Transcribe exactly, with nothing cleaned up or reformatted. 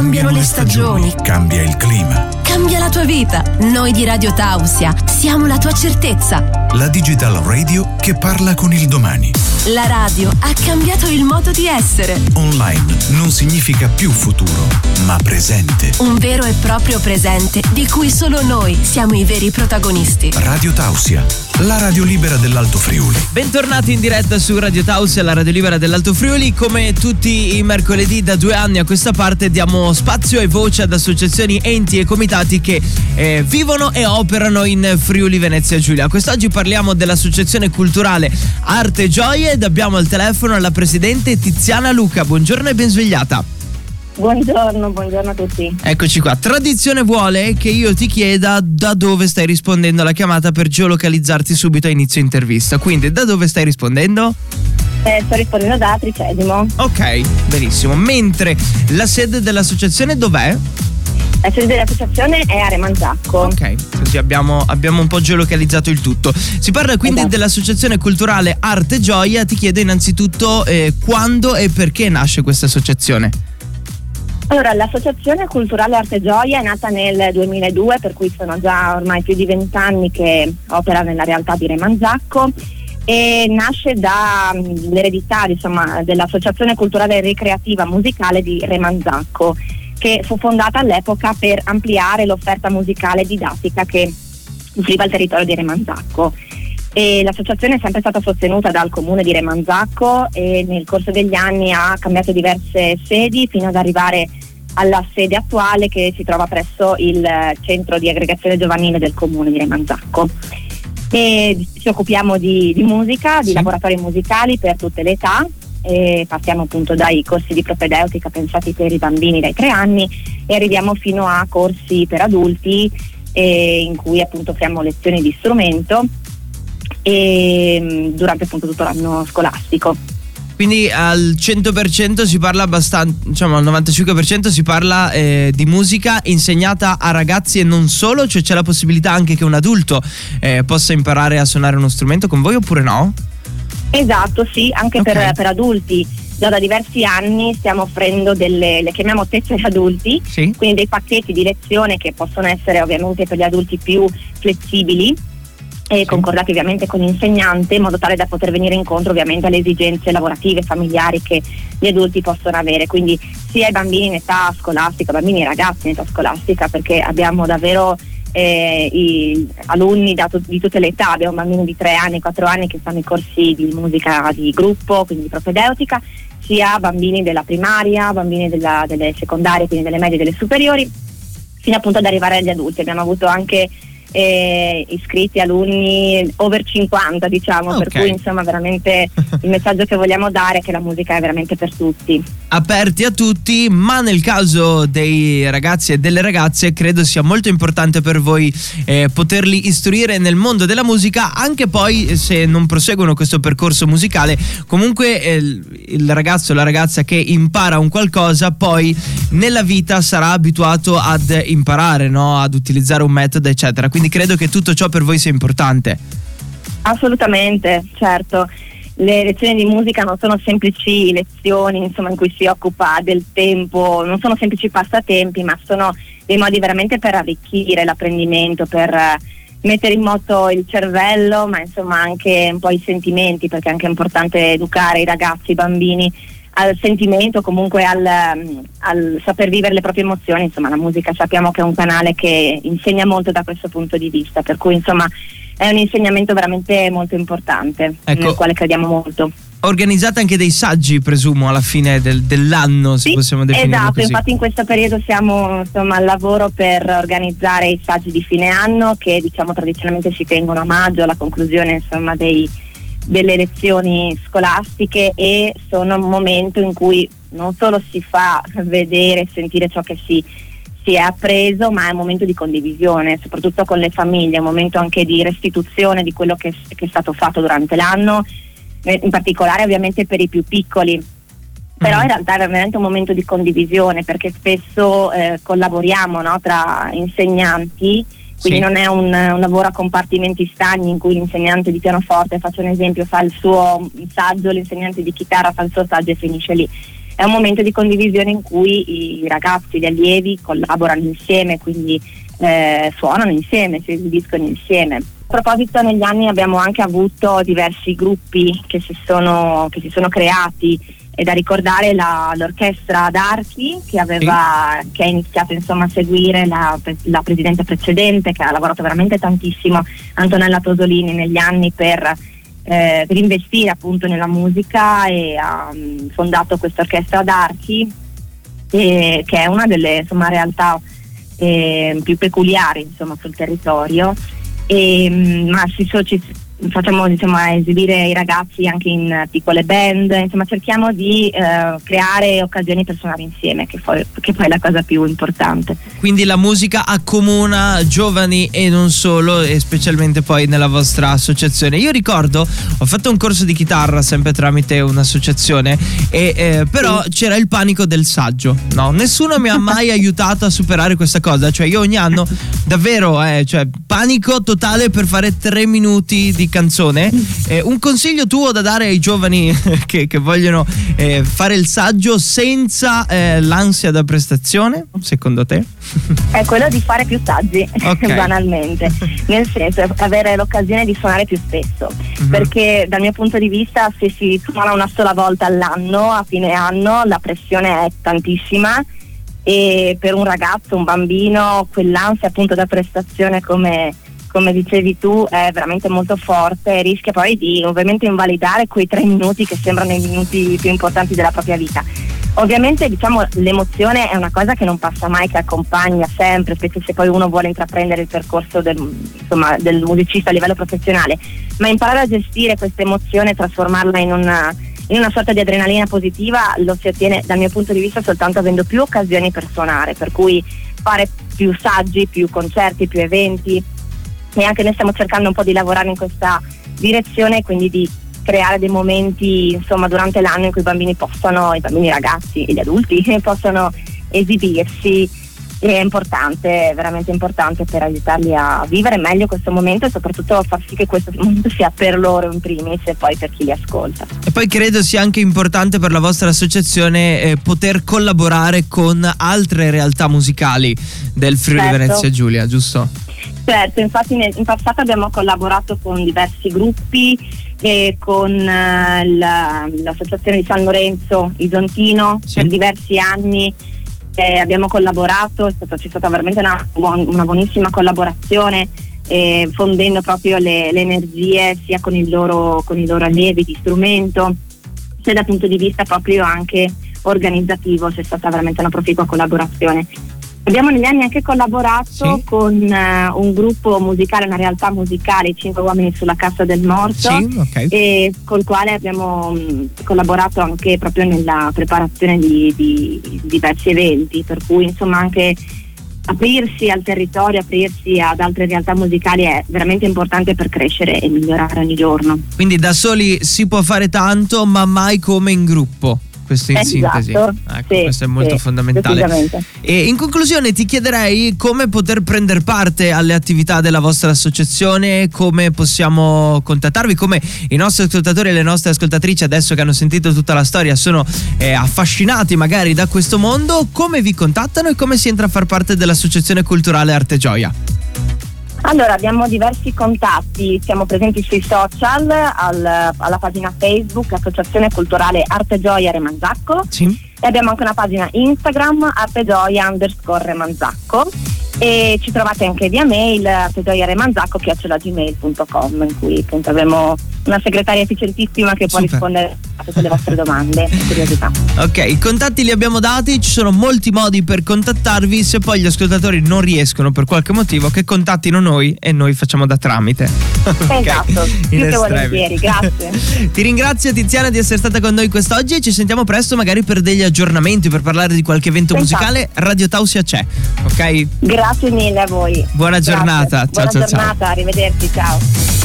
cambiano le stagioni, cambia il clima. Cambia la tua vita. Noi di Radio Tausia siamo la tua certezza. La digital radio che parla con il domani. La radio ha cambiato il modo di essere. Online non significa più futuro, ma presente. Un vero e proprio presente di cui solo noi siamo i veri protagonisti. Radio Tausia, la radio libera dell'Alto Friuli. Bentornati in diretta su Radio Tausia, la radio libera dell'Alto Friuli. Come tutti i mercoledì da due anni a questa parte diamo spazio e voce ad associazioni, enti e comitati che eh, vivono e operano in Friuli Venezia Giulia. Quest'oggi parliamo dell'associazione culturale Arte e Gioie ed abbiamo al telefono la presidente Tiziana Luca. Buongiorno e ben svegliata. Buongiorno, buongiorno a tutti. Eccoci qua. Tradizione vuole che io ti chieda da dove stai rispondendo alla chiamata per geolocalizzarti subito a inizio intervista. Quindi da dove stai rispondendo? Eh, sto rispondendo da Tricesimo. Ok, benissimo. Mentre la sede dell'associazione dov'è? La sede dell'associazione è a Remanzacco. Ok, così abbiamo, abbiamo un po' geolocalizzato il tutto. Si parla quindi Esatto. dell'associazione culturale Arte e Gioia. Ti chiedo innanzitutto eh, quando e perché nasce questa associazione. Allora, l'associazione culturale Arte e Gioia è nata nel duemiladue, per cui sono già ormai più di vent'anni che opera nella realtà di Remanzacco e nasce dall'eredità, insomma, dell'associazione culturale e ricreativa musicale di Remanzacco, che fu fondata all'epoca per ampliare l'offerta musicale didattica che offriva il territorio di Remanzacco. E l'associazione è sempre stata sostenuta dal comune di Remanzacco e nel corso degli anni ha cambiato diverse sedi fino ad arrivare alla sede attuale che si trova presso il centro di aggregazione giovanile del comune di Remanzacco. E ci occupiamo di, di musica, di sì. laboratori musicali per tutte le età. E partiamo appunto dai corsi di propedeutica pensati per i bambini dai tre anni e arriviamo fino a corsi per adulti eh, in cui appunto offriamo lezioni di strumento e durante appunto tutto l'anno scolastico. Quindi al cento per cento si parla abbastanza, diciamo al novantacinque per cento si parla eh, di musica insegnata a ragazzi e non solo, cioè c'è la possibilità anche che un adulto eh, possa imparare a suonare uno strumento con voi oppure no? Esatto, sì, anche okay. per, per adulti. Già da diversi anni stiamo offrendo delle, le chiamiamo tessere adulti, sì. quindi dei pacchetti di lezione che possono essere ovviamente per gli adulti più flessibili e sì. concordati ovviamente con l'insegnante in modo tale da poter venire incontro ovviamente alle esigenze lavorative, familiari che gli adulti possono avere, quindi sia i bambini in età scolastica, bambini e ragazzi in età scolastica, perché abbiamo davvero Eh, i alunni da to- di tutte le età, abbiamo bambini di tre anni, quattro anni che fanno i corsi di musica di gruppo, quindi di propedeutica, sia bambini della primaria, bambini della, delle secondarie, quindi delle medie e delle superiori, fino appunto ad arrivare agli adulti. Abbiamo avuto anche eh, iscritti alunni over cinquanta, diciamo, okay. per cui insomma veramente il messaggio che vogliamo dare è che la musica è veramente per tutti. Aperti a tutti, ma nel caso dei ragazzi e delle ragazze credo sia molto importante per voi eh, poterli istruire nel mondo della musica, anche poi se non proseguono questo percorso musicale, comunque eh, il ragazzo o la ragazza che impara un qualcosa poi nella vita sarà abituato ad imparare, no? Ad utilizzare un metodo eccetera, quindi credo che tutto ciò per voi sia importante. Assolutamente, certo. Le lezioni di musica non sono semplici lezioni, insomma, in cui si occupa del tempo, non sono semplici passatempi, ma sono dei modi veramente per arricchire l'apprendimento, per uh, mettere in moto il cervello, ma insomma anche un po' i sentimenti, perché è anche importante educare i ragazzi, i bambini al sentimento, comunque al, um, al saper vivere le proprie emozioni. Insomma, la musica sappiamo che è un canale che insegna molto da questo punto di vista, per cui insomma è un insegnamento veramente molto importante, ecco, nel quale crediamo molto. Organizzate anche dei saggi, presumo, alla fine del, dell'anno, se sì, possiamo definirlo esatto, così. Infatti in questo periodo siamo insomma al lavoro per organizzare i saggi di fine anno che diciamo tradizionalmente si tengono a maggio, alla conclusione insomma dei, delle lezioni scolastiche, e sono un momento in cui non solo si fa vedere e sentire ciò che si si è appreso, ma è un momento di condivisione, soprattutto con le famiglie, è un momento anche di restituzione di quello che, che è stato fatto durante l'anno, in particolare ovviamente per i più piccoli, però in realtà è veramente un momento di condivisione, perché spesso eh, collaboriamo, no, tra insegnanti, quindi sì. non è un, un lavoro a compartimenti stagni in cui l'insegnante di pianoforte, faccio un esempio, fa il suo saggio, l'insegnante di chitarra fa il suo saggio e finisce lì. è un momento di condivisione in cui i ragazzi, gli allievi collaborano insieme, quindi eh, suonano insieme, si esibiscono insieme. A proposito, negli anni abbiamo anche avuto diversi gruppi che si sono, che si sono creati. È da ricordare la, l'orchestra d'Archi che aveva sì. che ha iniziato insomma a seguire la, la presidente precedente, che ha lavorato veramente tantissimo, Antonella Tosolini, negli anni per, eh, per investire appunto nella musica, e ha um, fondato questa orchestra d'Archi, eh, che è una delle insomma realtà eh, più peculiari insomma sul territorio. E, ma si, ci, facciamo insomma esibire i ragazzi anche in piccole band, insomma cerchiamo di eh, creare occasioni per suonare insieme, che poi, che poi è la cosa più importante. Quindi la musica accomuna giovani e non solo, e specialmente poi nella vostra associazione. Io ricordo, ho fatto un corso di chitarra sempre tramite un'associazione, e eh, però sì. c'era il panico del saggio, no? Nessuno mi ha mai aiutato a superare questa cosa, cioè io ogni anno davvero eh, cioè panico totale per fare tre minuti di canzone. Eh, un consiglio tuo da dare ai giovani che, che vogliono eh, fare il saggio senza eh, l'ansia da prestazione, secondo te? È quello di fare più saggi, okay. banalmente, nel senso avere l'occasione di suonare più spesso, uh-huh. perché dal mio punto di vista se si suona una sola volta all'anno, a fine anno, la pressione è tantissima, e per un ragazzo, un bambino, quell'ansia appunto da prestazione, come come dicevi tu, è veramente molto forte, e rischia poi di ovviamente invalidare quei tre minuti che sembrano i minuti più importanti della propria vita. Ovviamente diciamo l'emozione è una cosa che non passa mai, che accompagna sempre, specie se poi uno vuole intraprendere il percorso del, insomma, del musicista a livello professionale, ma imparare a gestire questa emozione e trasformarla in una, in una sorta di adrenalina positiva lo si ottiene dal mio punto di vista soltanto avendo più occasioni per suonare, per cui fare più saggi, più concerti, più eventi. E anche noi stiamo cercando un po' di lavorare in questa direzione, quindi di creare dei momenti insomma durante l'anno in cui i bambini possano, i bambini, i ragazzi e gli adulti possono esibirsi. È importante, è veramente importante per aiutarli a vivere meglio questo momento, e soprattutto far sì che questo momento sia per loro in primis e poi per chi li ascolta. E poi credo sia anche importante per la vostra associazione eh, poter collaborare con altre realtà musicali del Friuli certo. Venezia Giulia, giusto? Certo, infatti nel, in passato abbiamo collaborato con diversi gruppi, e con eh, la, l'associazione di San Lorenzo Isontino sì. per diversi anni. Eh, abbiamo collaborato, è stato, c'è stata veramente una, buon, una buonissima collaborazione, eh, fondendo proprio le, le energie sia con, il loro, con i loro allievi di strumento, sia dal punto di vista proprio anche organizzativo. C'è stata veramente una proficua collaborazione. Abbiamo negli anni anche collaborato sì. con uh, un gruppo musicale, una realtà musicale, i Cinque Uomini sulla Cassa del Morto, sì, okay. e col quale abbiamo mh, collaborato anche proprio nella preparazione di, di, di diversi eventi, per cui insomma anche aprirsi al territorio, aprirsi ad altre realtà musicali è veramente importante per crescere e migliorare ogni giorno. Quindi da soli si può fare tanto, ma mai come in gruppo. Questo in esatto, sintesi, ecco, sì, questo è molto sì, fondamentale. E in conclusione ti chiederei come poter prendere parte alle attività della vostra associazione, come possiamo contattarvi, come i nostri ascoltatori e le nostre ascoltatrici adesso che hanno sentito tutta la storia sono eh, affascinati magari da questo mondo, come vi contattano e come si entra a far parte dell'Associazione Culturale Arte Gioia? Allora, abbiamo diversi contatti, siamo presenti sui social, al, alla pagina Facebook Associazione Culturale Arte Gioia Remanzacco, sì. e abbiamo anche una pagina Instagram artegioia underscore Remanzacco, e ci trovate anche via mail artegioiaremanzacco chiocciola gmail punto com, in cui appunto avremo una segretaria efficientissima che può Super. rispondere a tutte le vostre domande e curiosità. Ok, i contatti li abbiamo dati, ci sono molti modi per contattarvi. Se poi gli ascoltatori non riescono per qualche motivo, che contattino noi e noi facciamo da tramite. Okay. Esatto, più che volentieri, grazie. Ti ringrazio Tiziana di essere stata con noi quest'oggi, e ci sentiamo presto magari per degli aggiornamenti, per parlare di qualche evento Esatto. musicale. Radio Tausia c'è, ok? Grazie mille a voi. Buona Grazie. giornata. Ciao, Buona ciao, giornata, ciao. arrivederci, ciao.